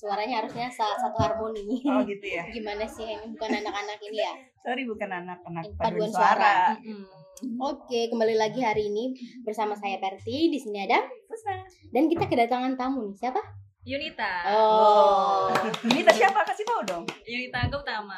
suaranya harusnya satu harmoni. Oh gitu ya. Gimana sih, ini bukan anak-anak ini ya? Sorry, bukan anak-anak Paduan suara. Oke, kembali lagi hari ini bersama saya Perti. Di sini ada Pusna. Dan kita kedatangan tamu nih. Siapa? Yunita. Oh. Yunita siapa? Kasih tahu dong. Yunita Gautama.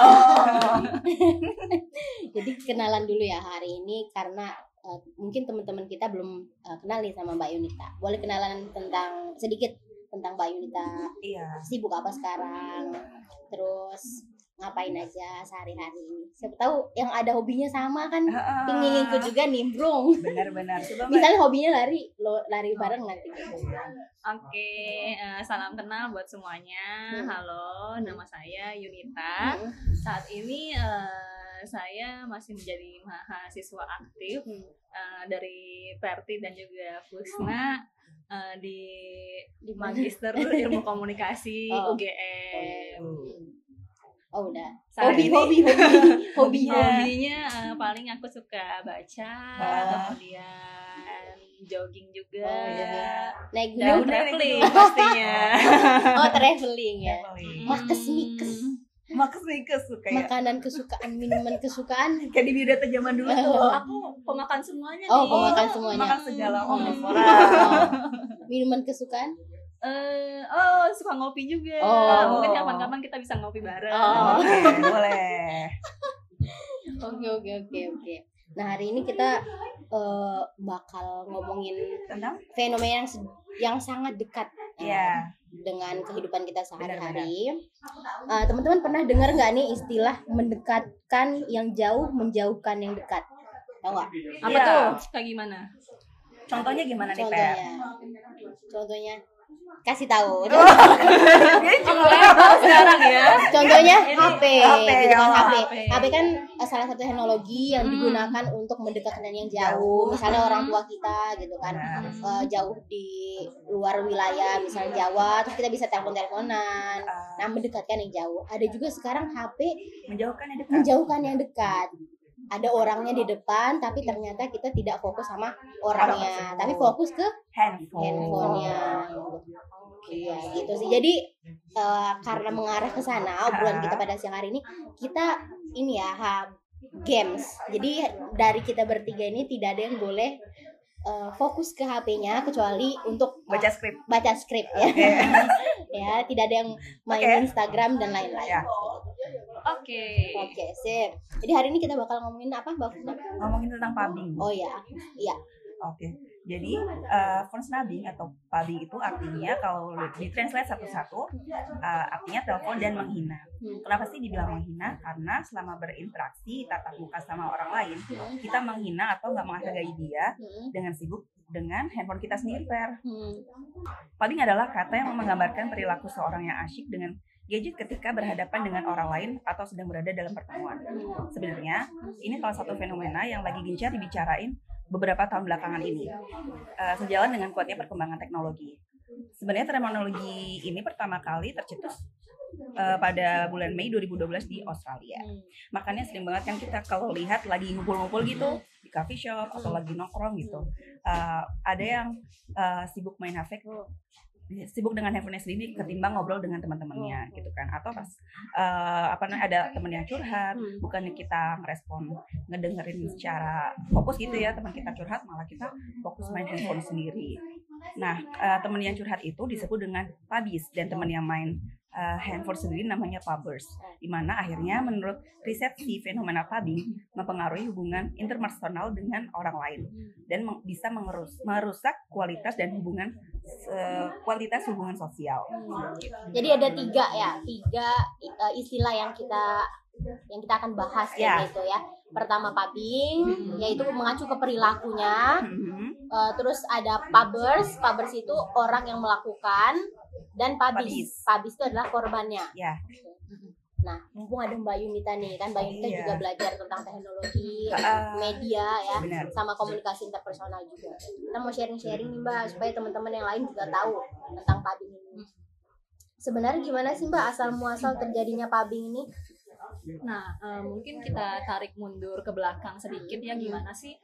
Jadi kenalan dulu ya hari ini karena mungkin teman-teman kita belum kenal nih sama Mbak Yunita. Boleh kenalan sedikit tentang Mbak Yunita. Iya. Sibuk apa sekarang? Terus ngapain aja sehari-hari ini? Siapa tahu yang ada hobinya sama kan, ingin ikut juga nimbrung. Benar-benar. Misalnya hobinya lari bareng nanti. Oke, salam kenal buat semuanya. Halo, nama saya Yunita. Saat ini saya masih menjadi mahasiswa aktif dari Perti dan juga Pusna di Magister Ilmu Komunikasi UGM. Oh udah. Hobinya paling aku suka baca, kemudian jogging juga, naik dan traveling pastinya. Oh traveling ya. Makes suka ya. Makanan kesukaan, minuman kesukaan. Kayak di biodata zaman dulu tuh. Aku pemakan semuanya nih. Oh pemakan semuanya. Makan segala omnivora. Minuman kesukaan? Suka ngopi juga. Mungkin kapan-kapan kita bisa ngopi bareng. Oke, boleh. Oke. Nah hari ini kita bakal ngomongin tentang fenomena yang sangat dekat dengan kehidupan kita sehari-hari. Teman-teman pernah dengar nggak nih istilah mendekatkan yang jauh, menjauhkan yang dekat? Tahu nggak? Apa tuh? Kayak gimana? Contohnya gimana nih, Per? Contohnya kasih tahu. Sekarang ya. Contohnya HP gitu kan, HP kan salah satu teknologi yang digunakan untuk mendekatkan yang jauh. Misalnya orang tua kita gitu kan, jauh di luar wilayah, misalnya Jawa, terus kita bisa telepon-teleponan. Nah, mendekatkan yang jauh. Ada juga sekarang HP menjauhkan yang dekat. Ada orangnya di depan, tapi ternyata kita tidak fokus sama orangnya, tapi fokus ke handphonenya. Iya gitu sih. Jadi karena mengarah ke sana obrolan kita pada siang hari ini, kita ini ya games. Jadi dari kita bertiga ini tidak ada yang boleh fokus ke HP-nya kecuali untuk baca skrip ya. Ya, tidak ada yang main Instagram dan lain-lain. Oke, sip. Jadi hari ini kita bakal ngomongin apa, Mbak Funa? Ngomongin tentang pubbing. Oh iya. Oke. Jadi phone snubbing atau pubbing itu artinya kalau ditranslate satu-satu artinya telepon dan menghina. Kenapa sih dibilang menghina? Karena selama berinteraksi tatap muka sama orang lain, kita menghina atau nggak menghargai dia dengan sibuk dengan handphone kita sendiri, Per. Pubbing adalah kata yang menggambarkan perilaku seorang yang asyik dengan gadget ketika berhadapan dengan orang lain atau sedang berada dalam pertemuan. Sebenarnya, ini salah satu fenomena yang lagi gencar dibicarain beberapa tahun belakangan ini, sejalan dengan kuatnya perkembangan teknologi. Sebenarnya terminologi ini pertama kali tercetus pada bulan Mei 2012 di Australia. Makanya sering banget kan kita kalau lihat lagi ngumpul-ngumpul gitu di coffee shop atau lagi nongkrong gitu, ada yang sibuk main HP, sibuk dengan handphone sendiri ketimbang ngobrol dengan teman-temannya gitu kan, atau pas ada teman yang curhat, bukannya kita ngedengerin secara fokus gitu ya, teman kita curhat malah kita fokus main handphone sendiri. Nah, teman yang curhat itu disebut dengan pubbies dan teman yang main handphone sendiri namanya pubbers, di mana akhirnya menurut riset si fenomena pubbing mempengaruhi hubungan interpersonal dengan orang lain dan bisa merusak kualitas hubungan sosial. Jadi ada tiga istilah yang kita akan bahas gitu ya. Pertama pubbing, yaitu mengacu ke perilakunya. Terus ada pubbers itu orang yang melakukan, dan pubbies itu adalah korbannya. Nah, mumpung ada Mbak Yunita nih, kan Mbak Yunita juga belajar tentang teknologi, media ya, sama komunikasi interpersonal juga. Kita mau sharing-sharing nih Mbak, supaya teman-teman yang lain juga tahu tentang pubbing ini. Sebenarnya gimana sih Mbak asal muasal terjadinya pubbing ini? Nah, mungkin kita tarik mundur ke belakang sedikit ya, gimana sih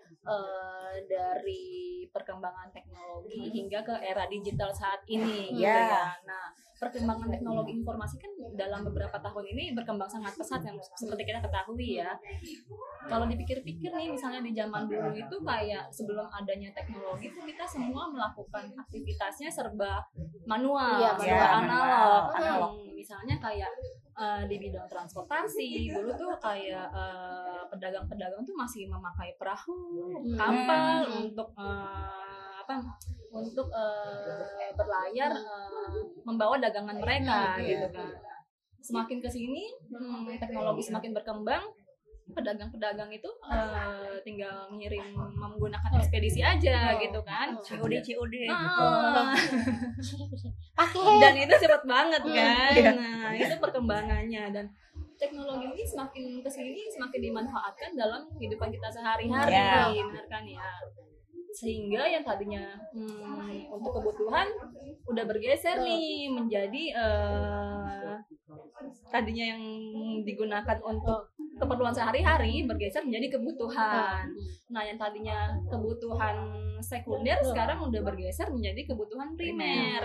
dari perkembangan teknologi hingga ke era digital saat ini gitu ya. Nah, perkembangan teknologi informasi kan dalam beberapa tahun ini berkembang sangat pesat yang seperti kita ketahui ya. Kalau dipikir-pikir nih, misalnya di zaman dulu itu kayak sebelum adanya teknologi itu kita semua melakukan aktivitasnya serba manual, analog. Misalnya kayak di bidang transportasi dulu tuh kayak pedagang-pedagang tuh masih memakai perahu, kapal untuk berlayar membawa dagangan mereka gitu kan. Semakin kesini teknologi semakin berkembang, pedagang-pedagang itu tinggal ngirim menggunakan ekspedisi aja gitu kan, COD dan itu cepat banget kan. Nah itu perkembangannya, dan teknologi ini semakin kesini semakin dimanfaatkan dalam kehidupan kita sehari-hari, benar kan ya, sehingga yang tadinya untuk kebutuhan udah bergeser nih menjadi tadinya yang digunakan untuk keperluan sehari-hari bergeser menjadi kebutuhan. Nah, yang tadinya kebutuhan sekunder sekarang udah bergeser menjadi kebutuhan primer.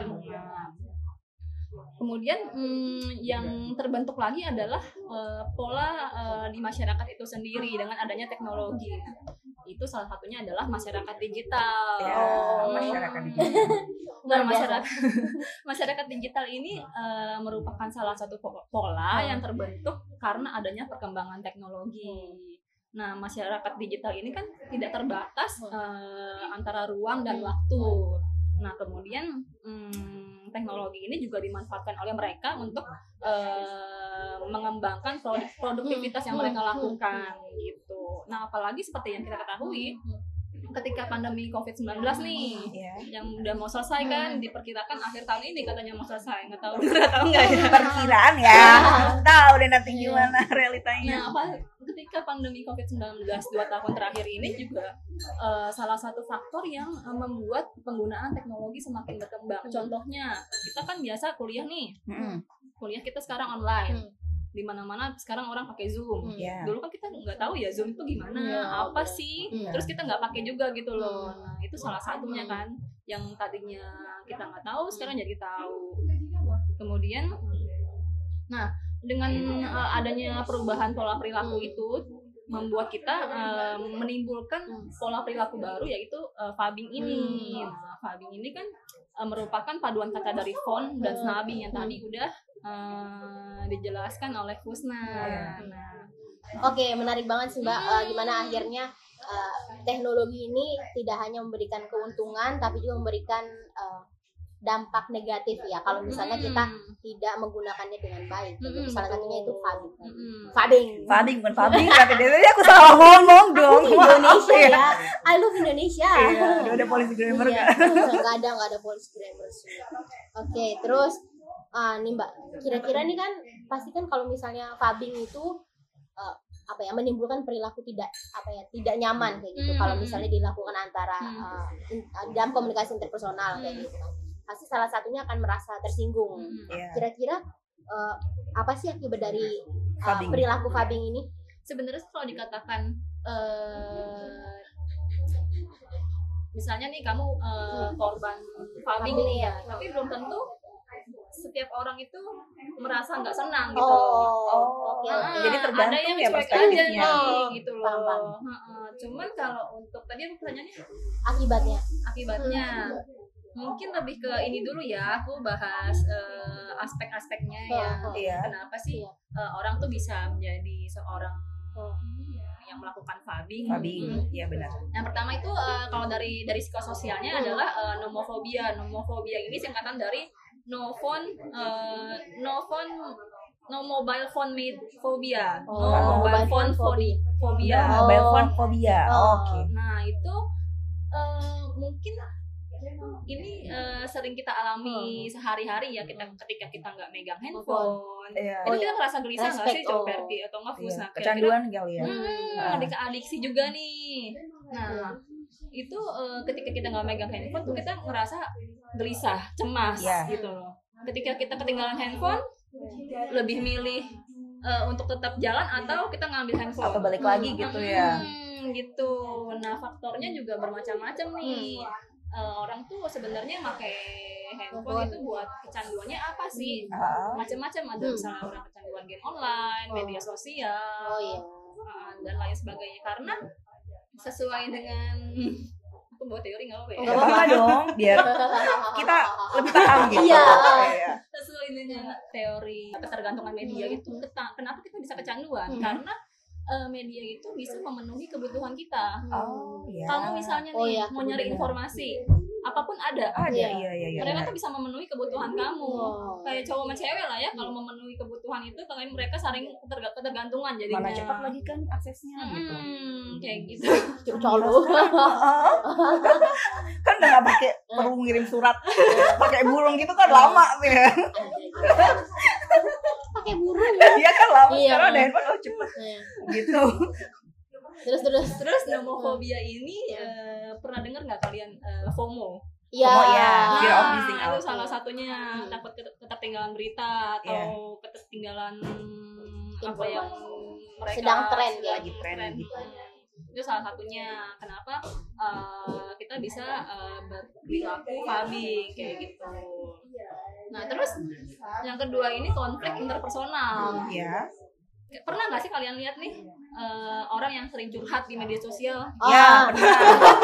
Kemudian yang terbentuk lagi adalah pola di masyarakat itu sendiri dengan adanya teknologi. Itu salah satunya adalah masyarakat digital. Masyarakat digital. Nah, masyarakat digital ini merupakan salah satu pola yang terbentuk karena adanya perkembangan teknologi. Nah, masyarakat digital ini kan tidak terbatas antara ruang dan waktu. Nah, kemudian teknologi ini juga dimanfaatkan oleh mereka untuk mengembangkan produktivitas yang mereka lakukan gitu. Nah, apalagi seperti yang kita ketahui, ketika pandemi COVID-19 nih, yang udah mau selesai kan, diperkirakan akhir tahun ini katanya mau selesai, nggak tahu benar atau enggak ya. Perkiraan ya, tahu deh nanti gimana realitanya. Nah, ketika pandemi COVID-19 2 tahun terakhir ini juga salah satu faktor yang membuat penggunaan teknologi semakin berkembang. Contohnya, kita kan biasa kuliah nih, kuliah kita sekarang online. Di mana-mana sekarang orang pakai Zoom. Dulu kan kita nggak tahu ya Zoom itu gimana, apa sih, terus kita nggak pakai juga gitu loh. Nah, itu salah satunya kan, yang tadinya kita nggak tahu sekarang jadi tahu. Kemudian, nah dengan adanya perubahan pola perilaku itu membuat kita menimbulkan pola perilaku baru, yaitu Fabing ini. Nah, Fabing ini kan merupakan paduan kata dari phone dan snubbing yang tadi udah dijelaskan oleh Fusna. Oke, menarik banget sih Mbak. Gimana akhirnya teknologi ini tidak hanya memberikan keuntungan, tapi juga memberikan dampak negatif ya. Kalau misalnya kita tidak menggunakannya dengan baik. Jadi salah satunya itu Fabing bukan Fabing. Tapi aku salah ngomong dong. Indonesia ya. I love Indonesia. Iya, ada polisi grammar nggak ada polisi grammar. Oke, terus nih Mbak, kira-kira nih kan pasti kan kalau misalnya Fabing itu menimbulkan perilaku tidak nyaman kayak gitu. Kalau misalnya dilakukan antara dalam komunikasi interpersonal kayak gitu kan, pasti salah satunya akan merasa tersinggung. Kira-kira apa sih akibat dari perilaku Fabing ini? Sebenarnya kalau dikatakan misalnya nih kamu korban Fabing nih ya, tapi belum tentu setiap orang itu merasa nggak senang gitu. Jadi tergantung ada yang ya cuek aja nih gitu loh. Cuman kalau untuk tadi aku pertanyaannya akibatnya mungkin lebih ke ini dulu ya, aku bahas aspek-aspeknya ya. Kenapa sih orang tuh bisa menjadi seorang yang melakukan Fabing. Iya benar. Yang pertama itu kalau dari psikososialnya adalah nomofobia. Nomofobia ini singkatan dari no mobile phone phobia. Mobile phone phobia. Oke. Nah, itu mungkin ini sering kita alami sehari-hari ya, ketika kita nggak megang handphone. Itu kita merasa gelisah nggak sih, Coperti atau nggak Fusna? Kecanduan kali ya. Adiksi juga nih. Nah, itu ketika kita nggak megang handphone tuh kita ngerasa gelisah, cemas gitu loh. Ketika kita ketinggalan handphone, lebih milih untuk tetap jalan atau kita ngambil handphone atau balik lagi gitu ya. Gitu. Nah, faktornya juga bermacam-macam nih. Orang tuh sebenarnya pakai handphone itu buat kecanduannya apa sih? Macam-macam, ada misalnya orang kecanduan game online, media sosial, dan lain sebagainya. Karena sesuai dengan aku bawa teori nggak apa ya? Nggak apa-apa dong, biar kita lebih paham gitu. Sesuai dengan teori ketergantungan media itu, kenapa kita bisa kecanduan? Karena media itu bisa memenuhi kebutuhan kita. Kamu misalnya nih mau nyari informasi, apapun ada. Mereka tuh bisa memenuhi kebutuhan kamu. Kayak cowok sama cewek lah ya, kalau memenuhi kebutuhan itu kalian mereka saling ketergantungan jadinya. Mana cepat lagi kan aksesnya gitu. Kayak gitu. Colo. Kan udah nggak pakai perlu ngirim surat, pakai burung gitu kan lama sih ya. Pakai burung. Iya kan lama, sekarang ada handphone cepet gitu. Terus nomofobia ini pernah dengar nggak kalian FOMO? Iya. Fear of missing out. Itu salah satunya, takut ketertinggalan berita atau ketertinggalan apa yang mereka sedang tren lagi tren gitu. Itu salah satunya kenapa kita bisa berperilaku phabing kayak gitu. Nah, terus yang kedua ini konflik interpersonal. Iya. Pernah nggak sih kalian lihat nih orang yang sering curhat di media sosial? Ya, pernah.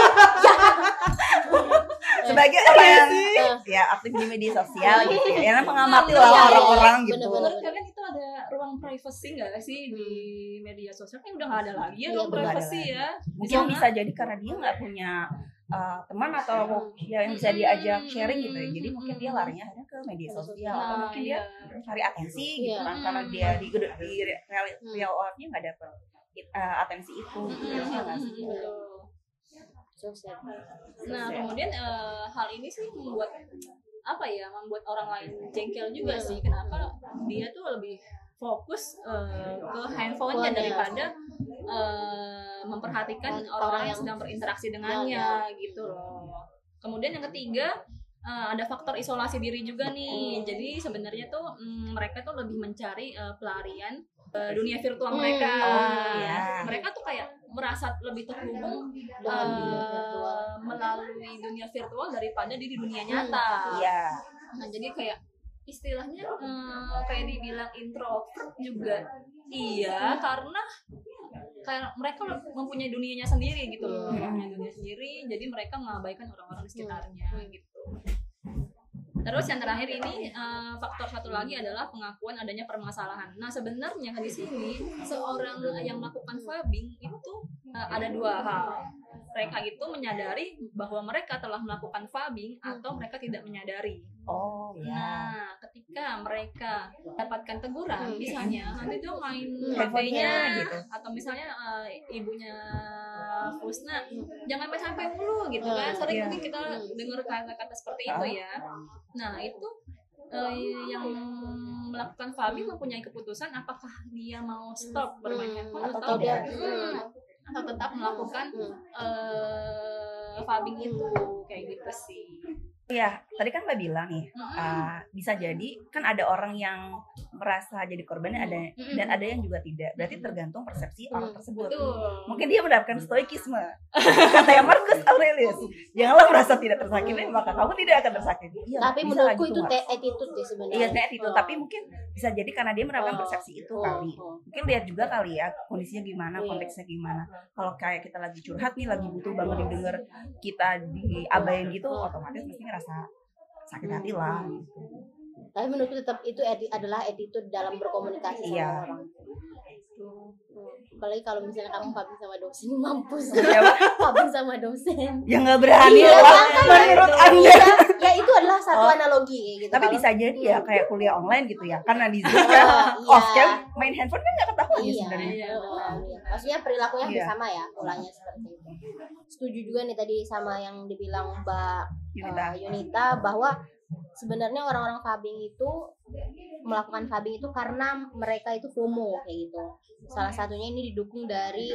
Sebagai orang yang ya aktif di media sosial gitu ya, yang mengamati lah orang-orang gitu. Menurut kalian itu ada ruang privacy nggak sih di media sosial? Kan udah nggak ada lagi ya ruang privacy ya. Mungkin bisa jadi karena dia nggak punya teman atau yang bisa diajak sharing gitu ya, jadi mungkin dia larinya hanya ke media sosial atau mungkin dia cari atensi gitu kan, karena dia di real life-nya nggak dapet atensi itu gitu. Nah, kemudian hal ini sih membuat orang lain jengkel juga sih. Kenapa dia tuh lebih fokus ke handphonenya daripada memperhatikan orang-orang yang sedang berinteraksi dengannya gitu loh. Kemudian yang ketiga ada faktor isolasi diri juga nih. Jadi sebenarnya tuh mereka tuh lebih mencari pelarian dunia virtual mereka. Mereka tuh kayak merasa lebih terhubung melalui dunia virtual daripada di dunia nyata. Nah, jadi kayak istilahnya kayak dibilang introvert juga karena kayak mereka mempunyai dunianya sendiri gitu loh, mempunyai dunia sendiri, jadi mereka mengabaikan orang-orang di sekitarnya gitu. Terus yang terakhir ini faktor satu lagi adalah pengakuan adanya permasalahan. Nah, sebenarnya di sini seorang yang melakukan phabing itu ada dua hal. Mereka itu menyadari bahwa mereka telah melakukan phabing atau mereka tidak menyadari. Nah, ketika mereka dapatkan teguran, misalnya nanti tuh main HP-nya gitu, atau misalnya ibunya Fusna, jangan main HP mulu gitu kan. Sering mungkin kita dengar kata-kata seperti itu ya. Nah, itu yang melakukan phabing mempunyai keputusan apakah dia mau stop bermain handphone atau atau tetap melakukan phabing itu kayak gitu sih. Iya, tadi kan Mbak bilang nih, bisa jadi kan ada orang yang merasa jadi korbannya ada dan ada yang juga tidak. Berarti tergantung persepsi orang tersebut. Mungkin dia mendapatkan stoikisme. Kata yang Marcus Aurelius, janganlah merasa tidak tersakiti, maka kamu tidak akan tersakiti. Tapi menurutku itu attitude deh sebenarnya. Iya, attitude. Tapi mungkin bisa jadi karena dia mendapatkan persepsi itu kali. Mungkin lihat juga kali ya kondisinya gimana, konteksnya gimana. Kalau kayak kita lagi curhat nih, lagi butuh banget didengar kita diabain gitu, otomatis mesti ngerasa sakit hati lah gitu. Tapi menurutku tetap itu adalah attitude dalam berkomunikasi sama orang. Apalagi kalau misalnya kamu phabing sama dosen, mampus. Phabing sama dosen. Ya nggak berani lah. Menurut Anda. Ya itu adalah satu analogi gitu. Tapi bisa jadi ya kayak kuliah online gitu ya. Karena di Zoom kan off cam main handphone kan nggak ketahuan sebenarnya. Maksudnya perilakunya hampir sama ya, polanya seperti itu. Setuju juga nih tadi sama yang dibilang Mbak Yunita bahwa sebenarnya orang-orang phabing itu melakukan phabing itu karena mereka itu FOMO kayak gitu. Salah satunya ini didukung dari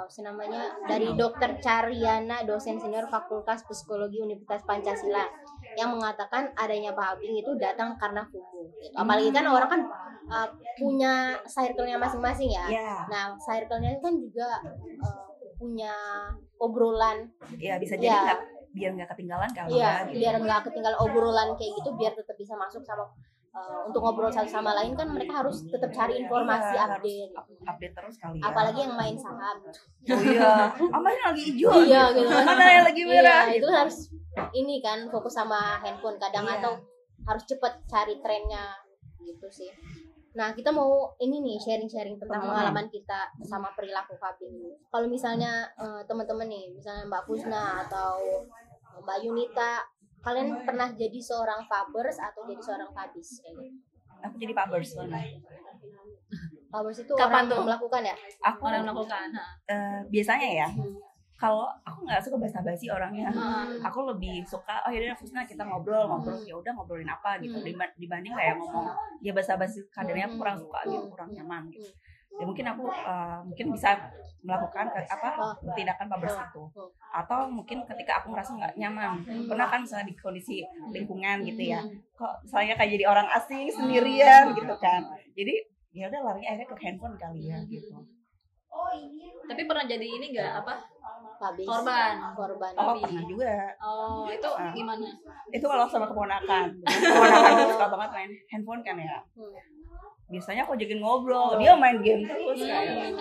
dari Dr. Caryana, dosen senior Fakultas Psikologi Universitas Pancasila. yang mengatakan adanya pubbing itu datang karena FOMO gitu. Apalagi kan orang kan punya circle-nya masing-masing ya. Nah, circle-nya kan juga punya obrolan. Ya bisa jadi biar nggak ketinggalan kali ya. Gitu. Biar nggak ketinggalan obrolan kayak gitu, biar tetap bisa masuk sama untuk ngobrol satu sama lain kan mereka harus tetap cari informasi update terus kali ya. Apalagi yang main saham. Oh iya, amalnya lagi hijau. Iya gitu. Mana yang lagi merah? Iya, itu harus ini kan fokus sama handphone kadang atau harus cepet cari trennya gitu sih. Nah, kita mau ini nih sharing-sharing tentang pengalaman kita sama perilaku pubbing. Kalau misalnya teman-teman nih, misalnya Mbak Fusna atau Mbak Yunita, kalian pernah jadi seorang pubbers atau jadi seorang pubis? Aku jadi pubbers soalnya. Pubbers itu kapan orang tuh melakukan ya? Aku orang melakukan. Biasanya ya. Kalau aku nggak suka basa-basi orangnya, aku lebih suka yaudah Fusna kita ngobrol ya udah ngobrolin apa gitu dibanding kayak ngomong ya basa-basi kadernya aku kurang suka gitu, kurang nyaman gitu. Ya mungkin aku mungkin bisa melakukan tindakan pubbers itu, atau mungkin ketika aku merasa nggak nyaman, pernah kan misalnya di kondisi lingkungan gitu ya, kok saya kayak jadi orang asing sendirian gitu kan, jadi ya udah larinya akhirnya ke handphone kali ya gitu. Tapi pernah jadi ini nggak korban. Oh pernah juga. Oh itu gimana? Itu kalau sama keponakan itu suka banget main handphone kan ya. Biasanya aku jagain ngobrol, dia main game terus kayak.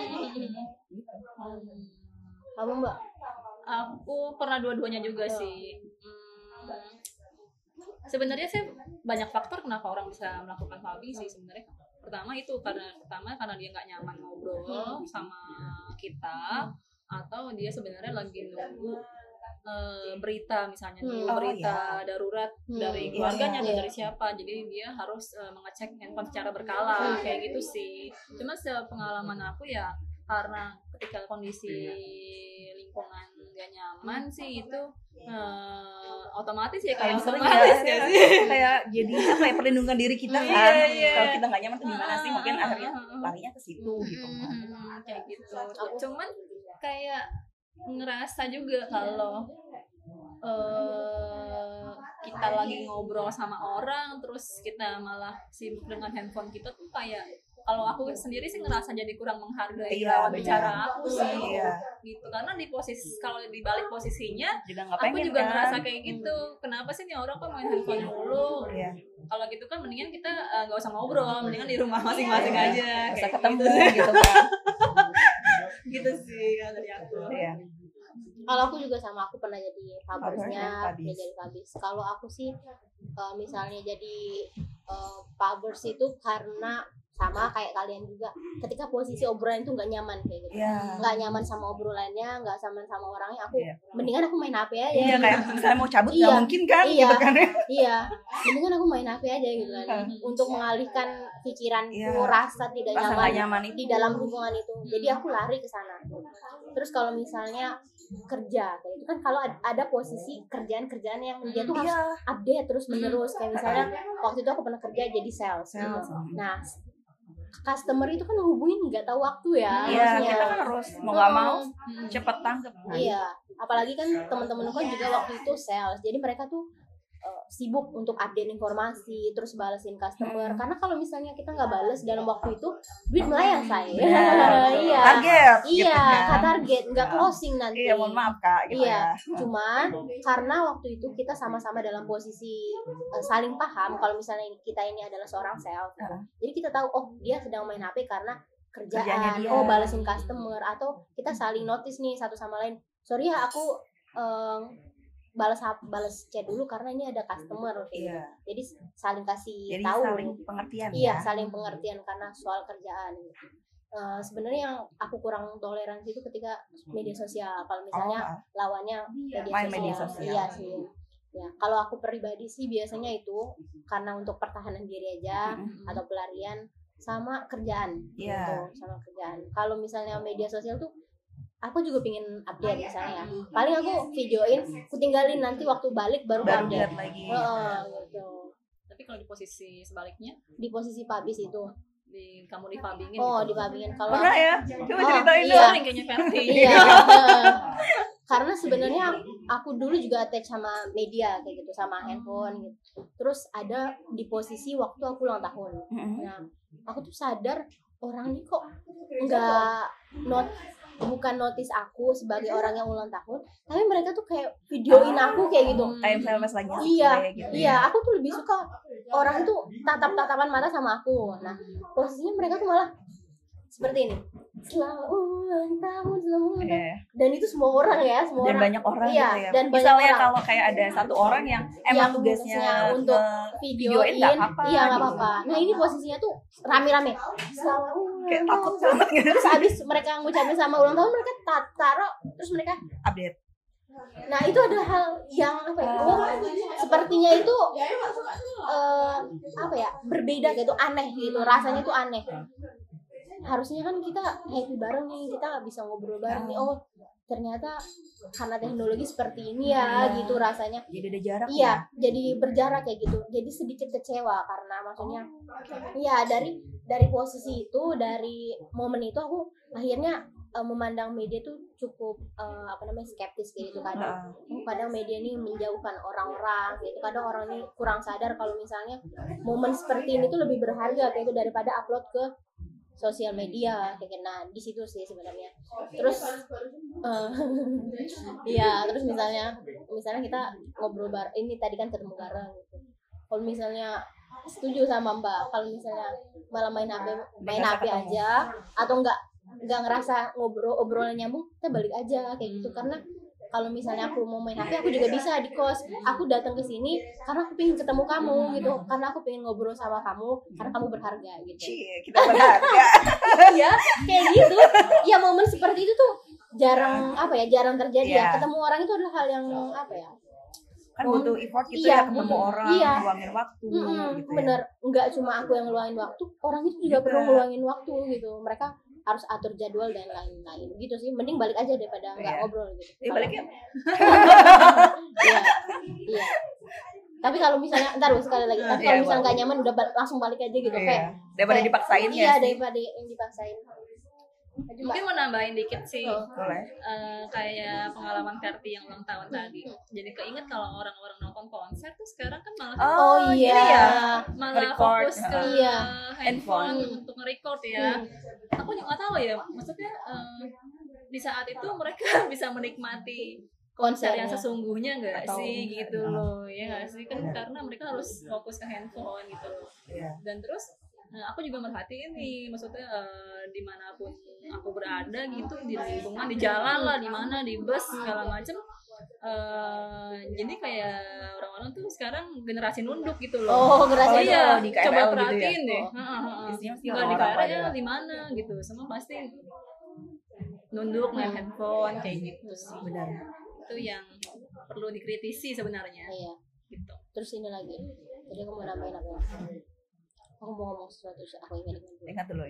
Kamu Mbak? Aku pernah dua-duanya juga sih. Sebenarnya sih banyak faktor kenapa orang bisa melakukan pubbing sih sebenarnya. Pertama karena dia nggak nyaman ngobrol sama kita, atau dia sebenarnya lagi nunggu berita misalnya berita darurat dari keluarganya atau dari siapa, jadi dia harus mengecek handphone secara berkala kayak gitu sih. Cuma sepengalaman aku ya karena ketika kondisi lingkungan gak nyaman sih itu otomatis ya kayak otomatis ya sih kayak jadi apa ya, perlindungan diri kita kan. Kalau kita nggak nyaman tuh gimana sih, mungkin akhirnya larinya ke situ gitu kayak gitu. Cuman kayak ngerasa juga kalau kita lagi ngobrol sama orang terus kita malah sibuk dengan handphone kita tuh kayak, kalau aku sendiri sih ngerasa jadi kurang menghargai lawan bicara aku sih gitu, karena di posisi kalau dibalik posisinya aku juga kan ngerasa kayak gitu, kenapa sih nih orang kok main handphone mulu? Kalau gitu kan mendingan kita nggak usah ngobrol, mendingan di rumah masing-masing aja bisa ketemu gitu kan. Gitu sih kalau dari aku. Kalau aku juga sama, aku pernah jadi pubbersnya, jadi pubis. Kalau aku sih misalnya jadi pubbers itu karena sama kayak kalian juga, ketika posisi obrolan itu nggak nyaman kayak gitu, nggak nyaman sama obrolannya, nggak nyaman sama orangnya, aku mendingan aku main HP aja. Kayak misalnya mau cabut nggak mungkin kan, gitu kan ya. Mendingan aku main HP aja gitu kan, untuk mengalihkan pikiranku rasa tidak nyaman di dalam hubungan itu. Jadi aku lari ke sana. Terus kalau misalnya kerja kayak itu kan, kalau ada posisi kerjaan yang dia tuh harus update terus menerus, kayak misalnya waktu itu aku pernah kerja jadi sales. Nah, customer itu kan hubungin nggak tahu waktu ya. Kita kan harus mau nggak mau cepet tanggap. Apalagi kan teman-teman kan juga waktu itu sales, jadi mereka tuh sibuk untuk update informasi terus balesin customer, karena kalau misalnya kita nggak bales dalam waktu itu, duit melayang saya. Target gitu kan. Target nggak closing nanti. Mohon maaf Kak gitu Cuman karena waktu itu kita sama-sama dalam posisi saling paham kalau misalnya kita ini adalah seorang sales, jadi kita tahu dia sedang main HP karena kerjaan, balesin customer, atau kita saling notice nih satu sama lain, sorry ya aku balas chat dulu karena ini ada customer gitu. Jadi saling kasih tahu, saling pengertian. Saling pengertian karena soal kerjaan gitu. Sebenarnya yang aku kurang toleransi itu ketika media sosial, kalau misalnya lawannya media sosial. Iya sih. Ya, kalau aku pribadi sih biasanya itu karena untuk pertahanan diri aja atau pelarian sama kerjaan gitu, sama kerjaan. Kalau misalnya media sosial tuh aku juga pingin update misalnya, paling aku videoin, aku tinggalin, nanti waktu balik baru update lagi. Gitu. Tapi kalau di posisi sebaliknya, di posisi pubis itu, kamu dipubbingin? Dipabingin. Kalau pernah ya? Coba ceritain dong. Kayaknya Verti. karena sebenarnya aku dulu juga attach sama media kayak gitu, sama handphone gitu. Terus ada di posisi waktu aku ulang tahun. Nah, aku tuh sadar orang ini kok bukan notice aku sebagai orang yang ulang tahun, tapi mereka tuh kayak videoin aku kayak gitu. Kayak misalnya pas lagi gitu. Iya, aku tuh lebih suka orang tuh tatap-tatapan mata sama aku. Nah, posisinya mereka tuh malah seperti ini. Selamat ulang tahun, selamat ulang tahun. Dan itu semua orang ya, semua dan orang. Banyak orang iya, gitu ya. Dan misalnya orang. Kalau kayak ada satu orang yang emang tugasnya untuk videoin, nggak apa-apa. Iya, nggak apa-apa. Nah, ini posisinya tuh rame-rame. Selamat ulang takut tahun. banget gitu. Terus abis mereka ngucapin sama ulang tahun, mereka taruh, terus mereka update. Nah, itu ada hal yang apa ya? Sepertinya itu apa ya? Berbeda gitu, aneh gitu. Rasanya tuh aneh. Harusnya kan kita happy bareng nih, kita bisa ngobrol bareng nih. Oh, ternyata karena teknologi seperti ini ya, gitu rasanya. Jadi ada jarak. Iya, jadi berjarak kayak gitu. Jadi sedikit kecewa karena maksudnya, ya dari posisi itu, dari momen itu aku akhirnya memandang media tuh cukup skeptis gitu kadang. Kadang media ini menjauhkan orang-orang gitu. Kadang orang ini kurang sadar kalau misalnya momen seperti ini tuh lebih berharga kayak itu daripada upload ke sosial media kayak gitu. Nah, di situ sih sebenarnya. Terus ya, terus misalnya kita ngobrol bareng, ini tadi kan ketemu bareng gitu. Kalau misalnya setuju sama Mbak, kalau misalnya malah main HP aja atau enggak ngerasa obrolan nyambung, kita balik aja kayak gitu. Karena kalau misalnya aku mau main HP, aku juga bisa di kos. Aku datang ke sini karena aku pengen ketemu kamu gitu. Karena aku pengen ngobrol sama kamu karena kamu berharga gitu. Kita berharga. Ya, kayak gitu. Ya, momen seperti itu tuh jarang terjadi ya. Ketemu orang itu adalah hal yang apa ya? Kan butuh effort gitu ya, ketemu orang, ngeluangin waktu gitu. Bener, enggak cuma aku yang ngeluangin waktu, orang itu juga perlu ngeluangin waktu gitu. Mereka harus atur jadwal dan lain-lain gitu sih. Mending balik aja daripada nggak ngobrol gitu. Baliknya. Iya. Tapi kalau misalnya sekali lagi, tapi kalau misalnya nggak nyaman udah langsung balik aja gitu. Kayak daripada dipaksain ya. Iya, daripada yang dipaksain. Mungkin mau nambahin dikit sih. Boleh. Kayak pengalaman Verti yang ulang tahun tadi. Jadi keinget kalau orang-orang nonton konser tuh sekarang kan malah malah fokus ke handphone untuk nge-record ya. Aku juga nggak tahu ya, maksudnya di saat itu mereka bisa menikmati konser yang sesungguhnya nggak sih gitu loh, ya nggak sih, kan karena mereka harus fokus ke handphone gitu loh. Dan terus aku juga merhatiin nih, maksudnya dimanapun aku berada gitu, di lingkungan, di jalan lah, di mana, di bus segala macem, jadi kayak orang-orang tuh sekarang generasi nunduk gitu loh. Generasi iya, di KRL coba gitu perhatiin ya? deh. Nggak di KRL di mana gitu, semua pasti nunduk main handphone kayak gitu sih. Benar. Itu yang perlu dikritisi sebenarnya. Iya. Gitu. Terus ini lagi, jadi aku mau nambahin apa? Aku mau ngomong sesuatu, aku Ingat dulu.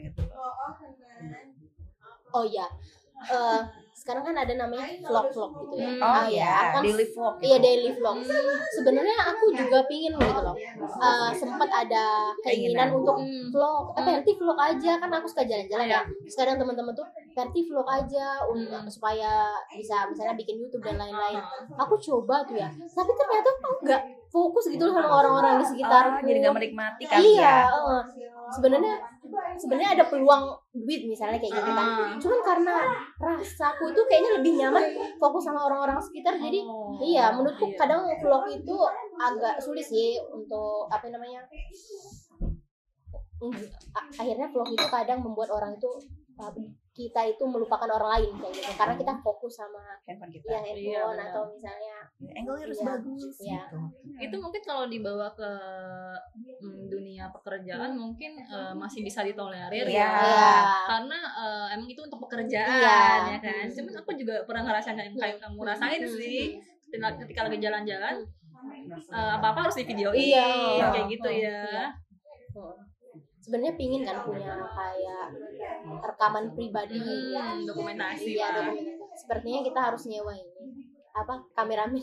Oh iya, sekarang kan ada namanya vlog gitu ya. Kan daily vlog. Iya, daily vlog. Sebenarnya aku juga pingin gitu loh. Sempat ada keinginan untuk vlog. Verti vlog aja, kan aku suka jalan-jalan ya. Sekarang teman-teman tuh Verti vlog aja untuk supaya bisa misalnya bikin YouTube dan lain-lain. Aku coba tuh ya, tapi ternyata aku nggak fokus gitu loh sama orang-orang di sekitar. Jadi nggak menikmati kali ya. Sebenarnya ada peluang duit misalnya kayak gitu kan. Cuman karena rasaku itu kayaknya lebih nyaman fokus sama orang-orang sekitar. Jadi iya, menurutku kadang vlog itu agak sulit sih untuk akhirnya vlog itu kadang membuat orang itu kita itu melupakan orang lain kayak gitu, karena kita fokus sama handphone kita. Handphone atau misalnya angle-nya harus bagus gitu. Itu mungkin kalau dibawa ke dunia pekerjaan mungkin masih bisa ditolerir ya. Karena emang itu untuk pekerjaan ya kan. Cuman aku juga pernah ngerasain kayak kamu rasain sih, ketika lagi jalan-jalan apa-apa harus divideoin kayak gitu ya. Sebenarnya pingin kan punya kayak rekaman pribadi, dokumentasi. Sepertinya kita harus nyewa ini kameramen,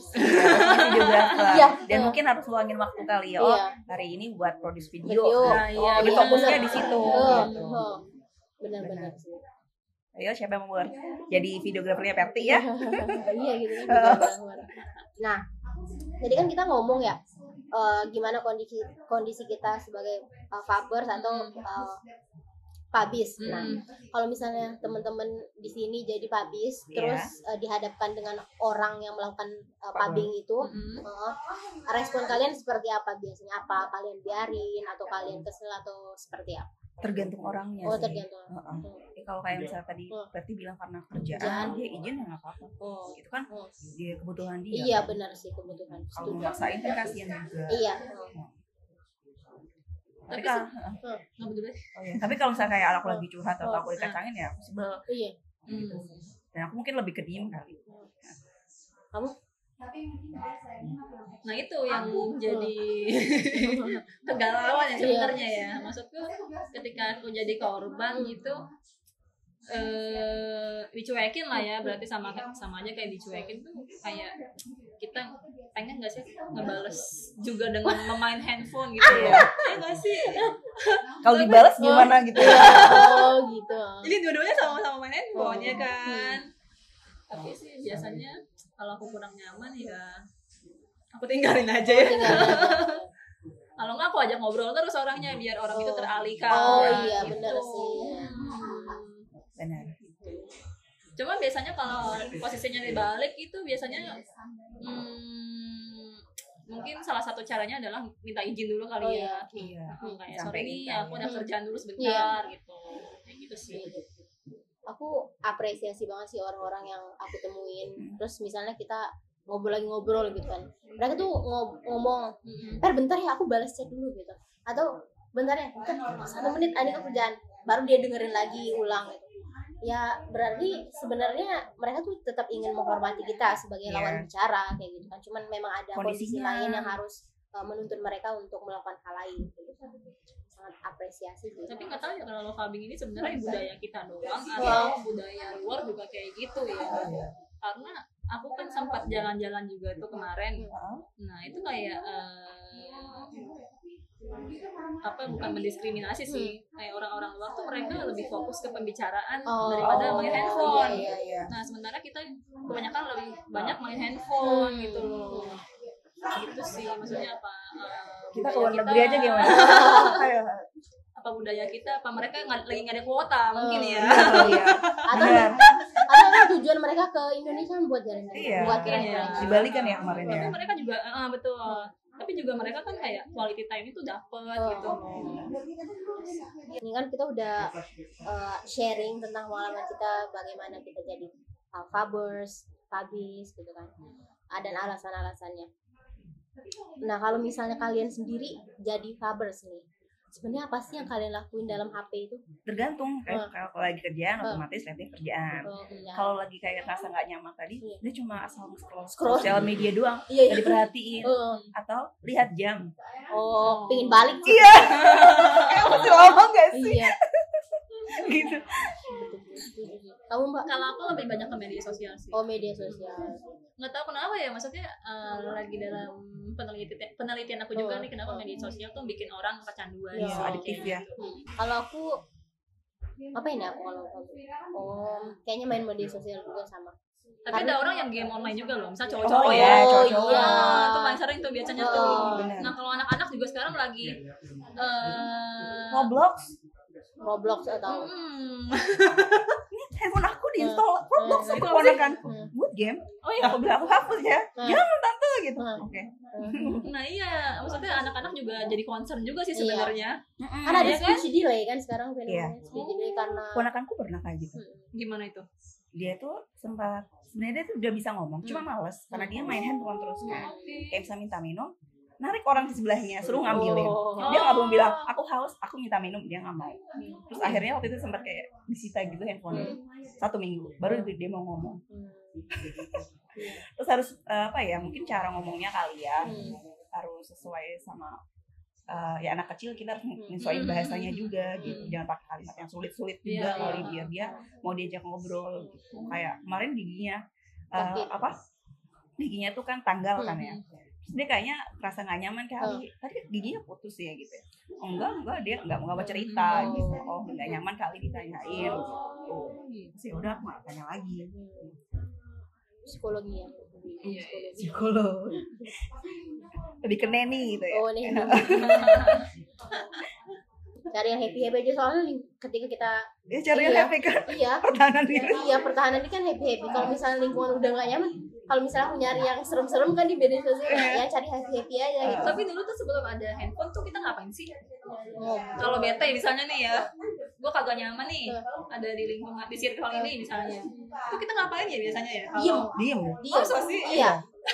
dan mungkin harus luangin waktu kali ya. Hari ini buat produce video. Jadi fokusnya di situ. Benar-benar sih. Ayo siapa yang mau jadi videografernya Perti ya? Iya gitu kan. Nah, jadi kan kita ngomong ya gimana kondisi kita sebagai fabers atau pabis. Nah, kalau misalnya teman-teman di sini jadi pabis, terus dihadapkan dengan orang yang melakukan pubbing itu, respon kalian seperti apa biasanya? Apa kalian biarin atau kalian kesel atau seperti apa? Tergantung orangnya Oh, sih. tergantung. Kalau kayak misalnya tadi berarti bilang karena kerjaan, dia izin ya nggak apa-apa. Itu kan dia kebutuhan dia. Iya, kan? benar sih kebutuhan. Kalau memaksain kan kasihan juga. Iya. Tapi Tapi kalau misalnya kayak aku lagi curhat atau aku dikacangin ya aku sebel. Iya. Gitu. Dan aku mungkin lebih ke diem kali. Kamu? Nah itu yang jadi kegalauan ya sebenarnya ya. Maksudku ketika aku jadi korban gitu dicuekin lah ya, berarti sama aja kayak dicuekin tuh kayak kita pengen nggak sih ngebales juga dengan memain handphone gitu ya? Ya nggak sih? Kalau dibales gimana gitu ya? Oh gitu. Jadi dua-duanya sama-sama main handphone ya kan? Tapi sih biasanya kalau aku kurang nyaman ya aku tinggalin aja ya. Kalau nggak aku ajak ngobrol terus orangnya biar orang itu teralihkan. Oh iya gitu. benar sih. Benar. Cuma biasanya kalau posisinya dibalik itu biasanya mungkin salah satu caranya adalah minta izin dulu kali ya. Iya. Kayak sore ini aku ada kerjaan dulu sebentar gitu. Kayak gitu sih. Aku apresiasi banget sih orang-orang yang aku temuin. Terus misalnya kita ngobrol gitu kan. Mereka tuh ngomong, bentar ya aku balas chat dulu gitu. Atau bentar ya, 1 menit ini kerjaan. Baru dia dengerin lagi ulang gitu. Ya berarti sebenarnya mereka tuh tetap ingin menghormati kita sebagai lawan bicara kayak gitu kan. Cuman memang ada kondisi lain yang harus menuntut mereka untuk melakukan hal lain gitu. Sangat apresiasi sih. Tapi nggak tahu ya kalau pubbing ini sebenarnya budaya kita doang atau budaya luar juga kayak gitu ya. Karena aku kan sempat jalan-jalan juga tuh kemarin. Nah itu kayak bukan mendiskriminasi sih, kayak orang-orang luar tuh mereka lebih fokus ke pembicaraan daripada main handphone. Iya. Nah sementara kita kebanyakan lebih banyak main handphone gitu loh. Gitu sih maksudnya apa? Kita ke luar negeri aja gimana? Apa budaya kita? Apa mereka lagi nggak ada kuota mungkin ya? Atau tujuan mereka ke Indonesia buat jalan-jalan, buat di Bali kan ya kemarin ya. Tapi mereka juga betul. Tapi juga mereka kan kayak quality time itu dapet gitu. Ini kan kita udah sharing tentang pengalaman kita, bagaimana kita jadi fabers, pabis gitu kan. Dan alasan-alasannya. Nah kalau misalnya kalian sendiri jadi fabers nih, sebenarnya apa sih yang kalian lakuin dalam HP itu? Tergantung. Kalau lagi kerjaan otomatis lihatnya kerjaan. Kalau lagi kayak rasa nggak nyaman tadi, dia cuma asal scroll sosial media doang, nggak diperhatiin. Atau lihat jam. Oh, pingin balik sih. Iya. Masih lama nggak sih? Iya. Gitu. Kamu Mbak? Kalau aku lebih banyak ke media sosial sih. Oh, media sosial. Nggak tahu kenapa ya, maksudnya lagi dalam penelitian aku juga nih, kenapa media sosial tuh bikin orang kecanduan. Adiktif ya. Kalau aku ngapain ya aku kalau kayaknya main media sosial juga sama. Tapi ada orang yang game online juga loh, misal cowok cowok tuh paling sering tuh biasanya tuh. Nah kalau anak-anak juga sekarang lagi Roblox atau handphone aku diinstal Roblox sama keponakanku. Good game. Oh iya, aku bilang aku hapus ya. Jangan tante gitu. Oke. Nah iya, maksudnya anak-anak juga jadi concern juga sih sebenarnya. Karena ada speech delay kan sekarang fenomena speech delay karena keponakanku pernah kayak gitu. Gimana itu? Dia tuh sempat sebenarnya dia tuh udah bisa ngomong, cuma males karena dia main handphone terus kan. Kayak bisa minta minum, narik orang di sebelahnya suruh ngambilin. Dia nggak mau bilang aku haus, aku minta minum, dia nggak mau. Terus akhirnya waktu itu sempat kayak disita gitu handphonenya 1 minggu baru dia mau ngomong. Terus harus mungkin cara ngomongnya kali ya harus sesuai sama ya anak kecil, kita harus menyesuaikan bahasanya juga gitu. Jangan pakai kalimat yang sulit-sulit juga kali dia mau diajak ngobrol gitu. Kayak kemarin giginya giginya tuh kan tanggal kan ya. Terus dia kayaknya terasa nggak nyaman kali. Tadi giginya putus ya gitu. Oh enggak dia nggak mau cerita gitu. Oh nggak nyaman kali ditanyain gitu. Terus ya udah aku nggak tanya lagi. Psikologi ya. Iya. Psikolog. Lebih ke neni gitu ya. Oh nih. Cari yang happy aja soalnya ketika kita Cari yang happy kan. Iya. Pertahanan diri. Iya, pertahanan ini kan happy. Kalau misalnya lingkungan udah nggak nyaman, kalau misalnya aku nyari yang serem-serem kan di media sosial, ya cari happy aja gitu. Tapi dulu tuh sebelum ada handphone tuh kita ngapain sih? Kalau bete misalnya nih ya, gue kagak nyaman nih, ada di lingkungan di circle ini misalnya, itu kita ngapain ya biasanya ya? Diem. Masa sih? Iya.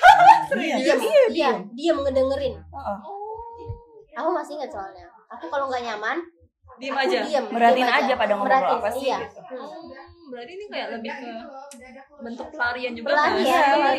Diam ngedengerin. Aku masih ingat soalnya. Aku kalau nggak nyaman, diem aja. Merhatiin aja pada ngobrol apa sih? Iya. Gitu. Berarti ini kayak lebih ke bentuk pelarian juga Pelarian. kan?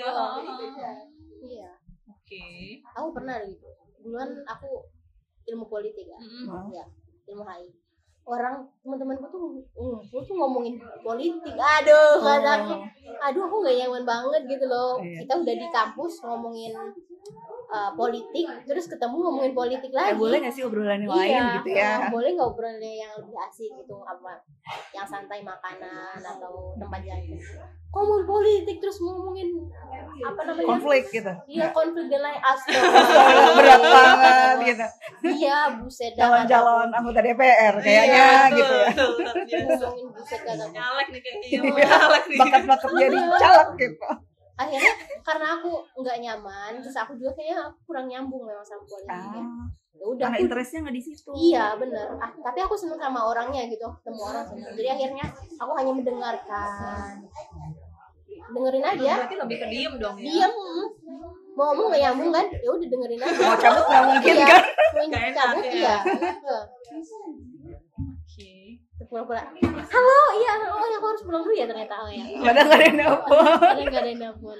Iya. Oke. Aku pernah gitu. Duluan aku ilmu politik ya. Ya, ilmu HI. Teman-temanku tuh ngumpul tuh ngomongin politik. Aduh, aku nggak nyaman banget gitu loh. Kita udah di kampus ngomongin politik, terus ketemu ngomongin politik lagi. Boleh nggak sih obrolan yang lain gitu ya? Boleh nggak obrolan yang lebih asik gitu, apa yang santai, makanan atau tempat jalan. Ngomongin politik terus ngomongin apa namanya? Konflik gitu. Iya, konflik dan lain. Astaga. Berat banget gitu. Iya, buset. Calon-calon anggota DPR kayaknya gitu ya. Ngomongin buset kata. Nyalek nih kayaknya. Nyalek nih. Bakat-bakat jadi caleg gitu. Akhirnya karena aku nggak nyaman, terus aku juga kayaknya aku kurang nyambung memang sama politik. Ya udah. Karena interestnya nggak di situ. Iya benar. Tapi aku seneng sama orangnya gitu, ketemu orang seneng. Jadi akhirnya aku hanya mendengarkan, dengerin aja. Berarti lebih ke diem dong ya? Diem. Mau ngomong nggak nyambung kan? Ya udah dengerin aja. Mau cabut nggak mungkin Iya. kan? Gak enak Cabut ya. iya. Oke. Pura-pura. Halo, iya. Oh ya, aku harus pulang dulu ya ternyata. Oh ya. Padahal nggak ada yang nelpon. Padahal nggak ada yang nelpon.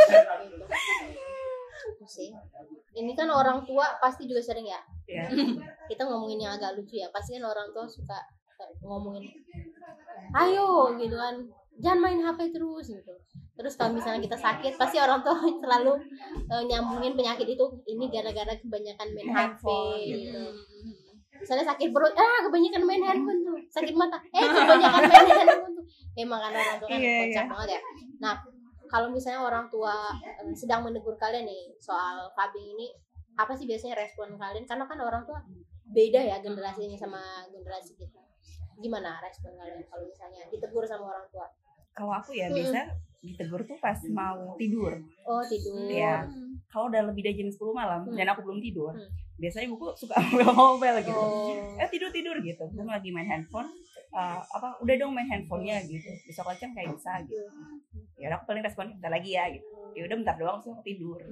Gitu sih. Ini kan orang tua pasti juga sering ya. Iya. Kita ngomongin yang agak lucu ya. Pasti kan orang tua suka ngomongin, ayo gitu kan, jangan main HP terus gitu. Terus kalau misalnya kita sakit, pasti orang tua selalu nyambungin penyakit itu ini gara-gara kebanyakan main HP gitu. Misalnya sakit perut, kebanyakan main handphone tuh. Sakit mata, kebanyakan main handphone tuh. Emang kan orang tua kan kocak banget ya. Nah, kalau misalnya orang tua sedang menegur kalian nih soal kabing ini, apa sih biasanya respon kalian? Karena kan orang tua beda ya generasinya sama generasi kita. Gimana respon kalian kalau misalnya ditegur sama orang tua? Kalau aku ya biasa ditegur tuh pas mau tidur. Oh, tidur. Ya. Kalau udah lebih dari jam 10 malam dan aku belum tidur, biasanya ibuku suka ambil mobile gitu. Tidur gitu. Terus lagi main handphone, udah dong main handphonenya gitu. Besok aja kayak bisa gitu. Ya udah aku paling respon bentar lagi ya gitu. Ya udah bentar doang terus aku tidur.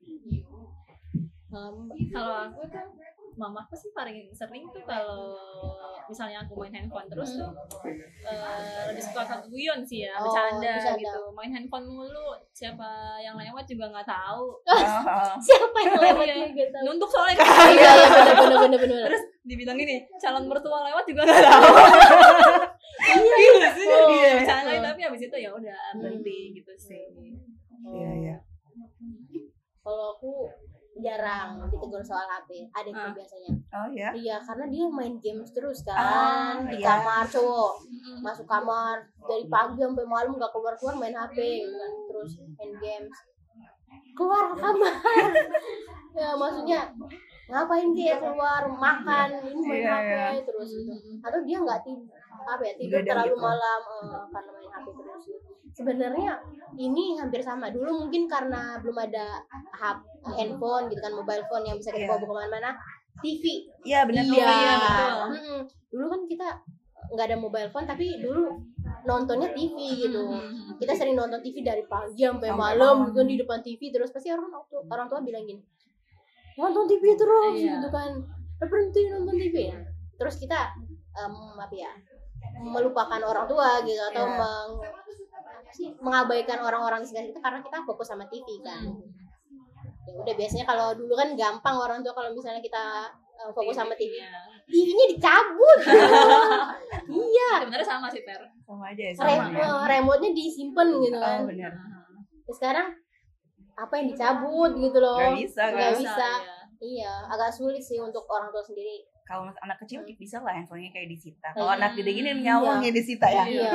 Kalau aku tuh mamaku sih paling sering tuh kalau misalnya aku main handphone terus tuh lebih suka guyon sih ya, bercanda gitu. Main handphone mulu, siapa yang lewat juga nggak tahu. Siapa yang lewat gitu? Nunduk soalnya. Iya benar. Terus dibilang gini, calon mertua lewat juga nggak tahu. Iya sih. Bercanda tapi habis itu ya udah berhenti gitu sih. Iya. Kalau aku jarang ditegur soal HP, adikku biasanya. Oh ya. Iya, karena dia main games terus kan di kamar, cowok masuk kamar dari pagi sampai malam nggak keluar main HP kan, terus main games. Keluar kamar. Ya maksudnya ngapain dia keluar makan ini main HP terus gitu. Atau dia nggak tidur terlalu malam karena main HP terus. Sebenarnya ini hampir sama. Dulu mungkin karena belum ada handphone gitu kan, mobile phone yang bisa kita bawa kemana-mana. TV. Iya benar. Iya. Dulu kan kita nggak ada mobile phone, tapi dulu nontonnya TV gitu. Kita sering nonton TV dari pagi sampai malam gitu di depan TV terus. Pasti orang tua bilang gini, nonton TV terus gitu kan, berhenti nonton TV ya. Terus kita melupakan orang tua gitu atau mengabaikan orang-orang di sekitar kita karena kita fokus sama TV kan. Ya udah, biasanya kalau dulu kan gampang orang tua kalau misalnya kita fokus sama TV, TV-nya dicabut. Iya. Sebenarnya sama sih, Per. Sama aja ya. Remote-nya disimpan gitu kan. Oh, benar. Sekarang apa yang dicabut gitu loh. Nggak bisa. Iya, agak sulit sih untuk orang tua sendiri. Kalau anak kecil bisa lah handphonenya kayak disita. Kalau Iya. anak gede gini nyawangnya disita ya. Iya.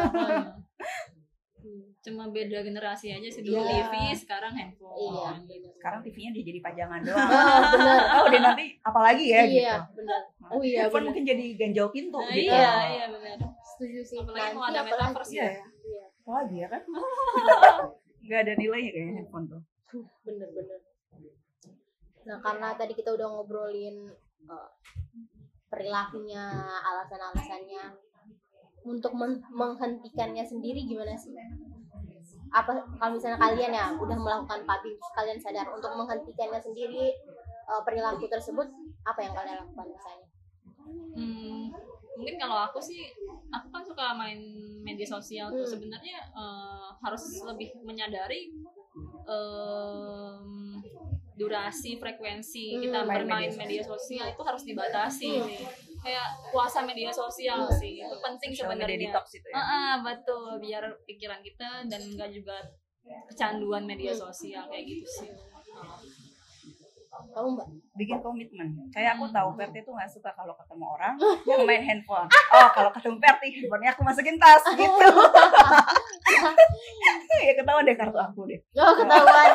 Cuma beda generasi aja sih, dulu Iya. TV, sekarang handphone. Iya. Sekarang TV-nya dia jadi pajangan doang. Bener. Oh, dia nanti apalagi ya gitu. Iya, benar. Oh iya, Handphone benar. mungkin jadi ganjau pintu Nah, gitu. iya benar. Setuju sih. Apalagi mau Nanti ada apalagi. metaverse Iya. Iya, Apalagi ya kan? Gak ada nilainya kayaknya handphone tuh. bener. Nah, karena tadi kita udah ngobrolin perilakunya, alasan-alasannya, untuk menghentikannya sendiri gimana sih? Apa kalau misalnya kalian ya udah melakukan pubbing, terus kalian sadar untuk menghentikannya sendiri perilaku tersebut, apa yang kalian lakukan misalnya? Mungkin kalau aku sih, aku kan suka main media sosial tuh, sebenarnya harus lebih menyadari durasi, frekuensi kita bermain media sosial itu harus dibatasi nih. Kayak puasa media sosial sih, itu penting sebenarnya. Detox itu ya. Betul, biar pikiran kita dan enggak juga kecanduan media sosial kayak gitu sih. Kamu Mbak? Bikin komitmen. Kayak aku tahu Perti tuh nggak suka kalau ketemu orang yang main handphone. Oh, kalau ketemu Perti, handphonenya aku masukin tas gitu. Ya ketahuan deh kartu aku deh. Oh, ketahuan.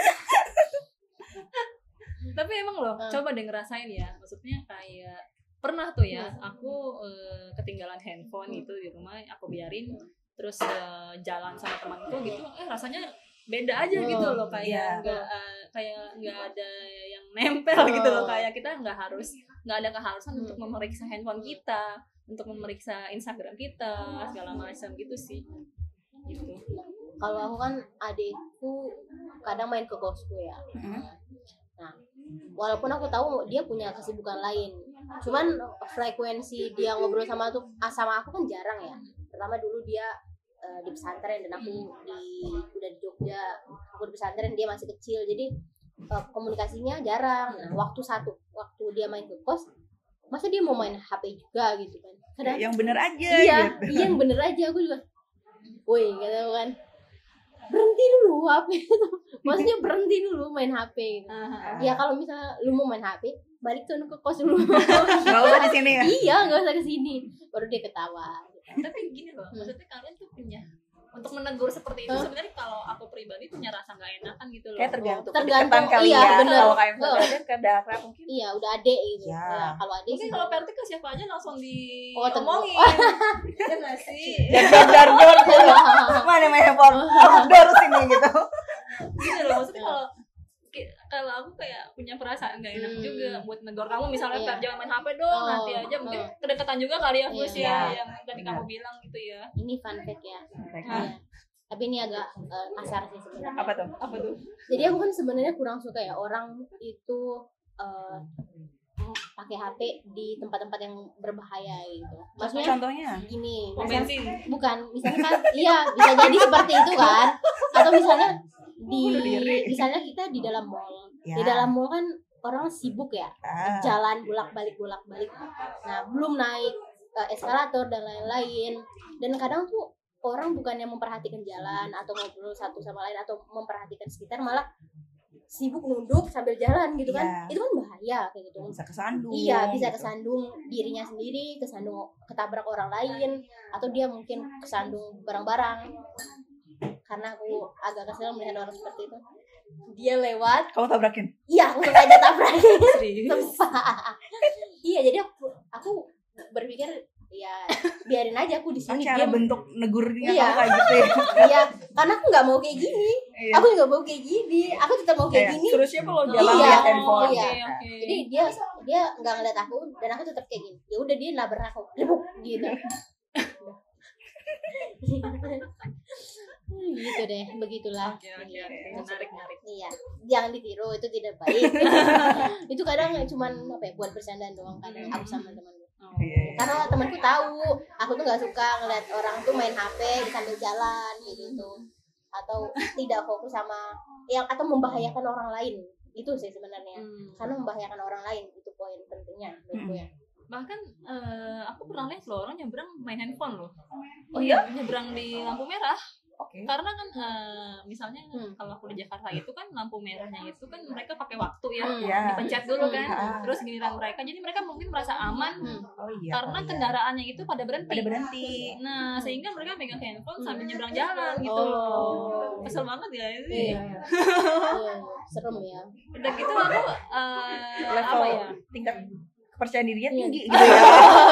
Tapi emang loh, coba deh ngerasain ya. Maksudnya kayak pernah tuh ya, aku ketinggalan handphone itu di rumah, aku biarin terus jalan sama temanku gitu, rasanya beda aja gitu loh, kayak nggak ada yang nempel gitu loh, kayak kita nggak ada keharusan untuk memeriksa handphone kita, untuk memeriksa Instagram kita segala macam gitu sih. Gitu. Kalau aku kan adikku kadang main ke kosku ya. Nah, walaupun aku tahu dia punya kesibukan lain, cuman frekuensi dia ngobrol sama aku kan jarang ya. Pertama dulu dia di pesantren dan aku udah di Jogja, aku di pesantren, dia masih kecil, jadi komunikasinya jarang. Nah, waktu dia main ke kos, masa dia mau main HP juga gitu kan? Kadang yang bener aja. Iya, gitu. iya yang bener aja. Aku juga, woi kata kan, berhenti dulu HP itu. Maksudnya berhenti dulu main HP gitu. Ya kalau misalnya lu mau main HP, balik tuh ke kos dulu. Gak usah di sini ya. Iya, nggak usah kesini. Baru dia ketawa. Tapi gini loh, maksudnya kalian tuh punya untuk menegur seperti itu, sebenarnya kalau aku pribadi punya rasa nggak enakan gitu loh. Kayak tergantung kali iya, ya. Bener. Kalau kayak misalnya ke Dara mungkin. Iya, udah adek gitu. Ya. Ya, kalau adek Mungkin sih. kalau Perti ke siapa aja langsung Oh, diomongin. Ya nggak sih? Dar gitu. Mana main handphone? Outdoor sini gitu. Gitu loh, maksudnya kalau aku kayak punya perasaan gak enak juga buat negor kamu, misalnya Iya. Per jangan main HP dong, nanti aja mungkin kedekatan juga kali ya Gus Iya. ya, yang tadi kamu bilang gitu ya. Ini fun fact ya. Iya. Tapi ini agak kasar sih sebenarnya. Apa tuh? Jadi aku kan sebenarnya kurang suka ya orang itu pakai HP di tempat-tempat yang berbahaya gitu. Maksudnya Contohnya? gini, Pom misalnya, bensin. bukan, misalnya kan, iya bisa jadi seperti itu kan, atau misalnya misalnya kita di dalam mall, di dalam mall kan orang sibuk ya, jalan bolak-balik. Nah belum naik eskalator dan lain-lain, dan kadang tuh orang bukannya memperhatikan jalan atau ngobrol satu sama lain atau memperhatikan sekitar, malah sibuk nunduk sambil jalan gitu kan. Itu kan bahaya kayak gitu. Bisa kesandung. Iya, bisa gitu. kesandung dirinya sendiri, kesandung ketabrak orang lain, atau dia mungkin kesandung barang-barang. Karena aku agak kesel melihat orang seperti itu. Dia lewat, Kamu tabrakin? iya aku sengaja tabrakin. Serius? Iya, jadi aku berpikir ya biarin aja aku di sini. Cara bentuk negurnya Iya. kamu kayak gitu ya. Iya, karena aku nggak mau kayak gini. Iya. Aku nggak mau kayak gini. Aku tetap mau kayak gini. Suruh siapa lo jalan Iya. lihat handphone. Iya. Oke. Jadi dia nggak ngeliat aku dan aku tetap kayak gini. Ya udah dia nabrak aku, rebuk gitu. Gitu deh, begitulah. Oke. Menarik. Iya, jangan ditiru, itu tidak baik. Itu kadang cuman apa ya, buat bercandaan doang kadang aku sama temanku. Iya. Karena temanku tahu aku tuh nggak suka ngeliat orang tuh main HP sambil jalan gitu, atau tidak fokus sama yang atau membahayakan orang lain. Itu sih sebenarnya. Karena membahayakan orang lain itu poin pentingnya menurutku ya. Bahkan aku pernah lihat loh orang nyebrang main handphone loh. Oh iya? Nyebrang di lampu merah. Oke. Karena kan misalnya kalau aku di Jakarta itu kan lampu merahnya itu kan mereka pakai waktu ya, dipencet dulu kan, terus giliran mereka, jadi mereka mungkin merasa aman karena kendaraannya itu pada berhenti. Nah sehingga mereka pegang handphone sambil nyebrang jalan gitu loh. Kesel banget ya ini. Serem ya. Udah gitu aku level apa ya, tingkat kepercayaan dirinya tinggi gitu ya.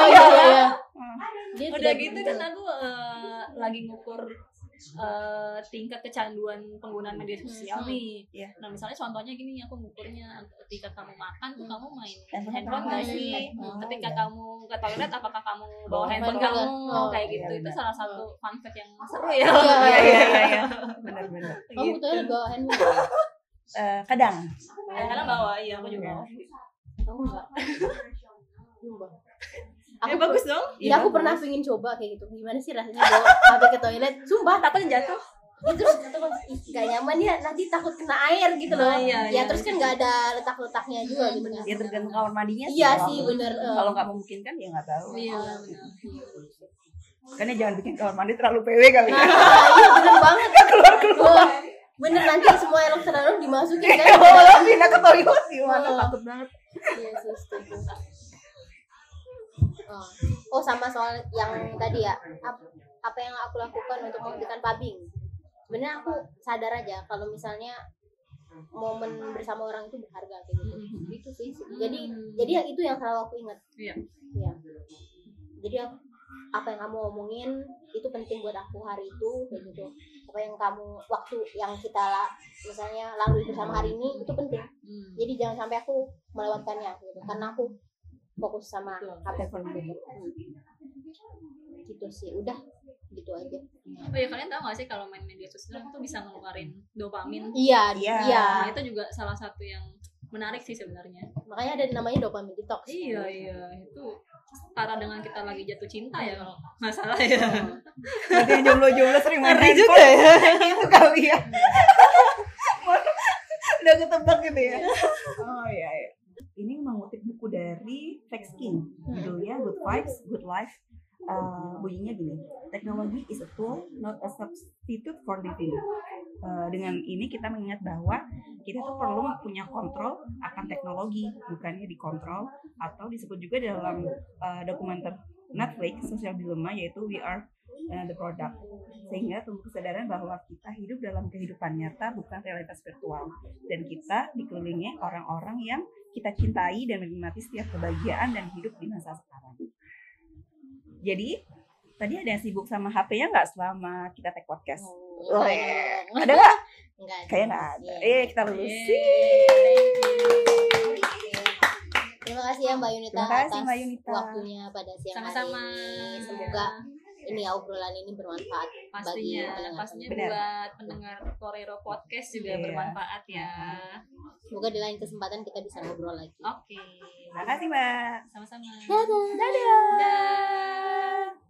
Udah gitu kan aku lagi ngukur tingkat kecanduan penggunaan media sosial nih. Nah misalnya contohnya gini, aku ngukurnya ketika kamu makan tuh kamu main handphone nggak sih? Ketika kamu ke toilet apakah kamu bawa handphone kamu? Kayak gitu. Itu salah satu fun fact yang seru ya. Iya. Benar-benar. Kamu ke toilet bawa handphone? Kadang bawa, iya aku juga bawa. Kamu enggak? Aku bagus dong. Ya aku pernah pengen coba kayak gitu. Gimana sih rasanya bawa HP ke toilet? Sumpah takutnya jatuh. Itu gak nyaman ya, nanti takut kena air gitu loh. Ya terus kan gak ada letak-letaknya juga gitu kan. Ya tergantung kamar mandinya sih. Iya sih bener. Kalau nggak memungkinkan ya nggak tahu. Iya benar. Karena jangan bikin kamar mandi terlalu PW kali ya. Iya bener banget. Keluar. Bener nanti semua elektronik dimasukin kan. Kalau pindah ke toilet gimana? Takut banget. Iya sih setuju. Oh sama soal yang tadi ya, apa yang aku lakukan untuk menghentikan pubbing. Sebenarnya aku sadar aja kalau misalnya momen bersama orang itu berharga kayak gitu. Itu sih. Jadi yang itu yang selalu aku ingat. Iya. Jadi apa yang kamu omongin itu penting buat aku hari itu kayak gitu. Apa yang kamu waktu yang kita misalnya lalui bersama hari ini itu penting. Jadi jangan sampai aku melewatkannya gitu. Karena aku fokus sama HP gitu. Gitu sih, udah gitu aja. Oh ya, kalian tahu gak sih kalau main media sosial itu bisa ngeluarin dopamin? Iya. Nah, itu juga salah satu yang menarik sih sebenarnya. Makanya ada namanya dopamin detox. Iya, itu setara dengan kita lagi jatuh cinta ya kalau nggak salah ya. Berarti yang jomblo-jomblo sering main handphone juga ya. Itu kali ya. Udah ketebak gitu ya. Oh iya. Ini mengutip buku dari Fake Skin, judulnya Good Vibes, Good Life. Bunyinya gini, teknologi is a tool, not a substitute for living. Dengan ini kita mengingat bahwa kita tuh perlu punya kontrol akan teknologi, bukannya dikontrol, atau disebut juga dalam dokumenter Netflix Social Dilemma, yaitu We Are the Product. Sehingga tumbuh kesadaran bahwa kita hidup dalam kehidupan nyata, bukan realitas virtual, dan kita dikelilingi orang-orang yang kita cintai dan menikmati setiap kebahagiaan dan hidup di masa sekarang. Jadi tadi ada yang sibuk sama HP-nya nggak selama kita take podcast? Ada nggak? Kayaknya nggak ada. Kita lulusin. Terima kasih ya Mbak Yunita atas waktunya pada siang hari ini. Semoga ini obrolan ini bermanfaat bagi pendengar. Pastinya buat pendengar Torero Podcast juga bermanfaat ya. Semoga di lain kesempatan kita bisa ngobrol lagi. Oke. Terima kasih Mbak. Sama-sama. Dadah. Dadah.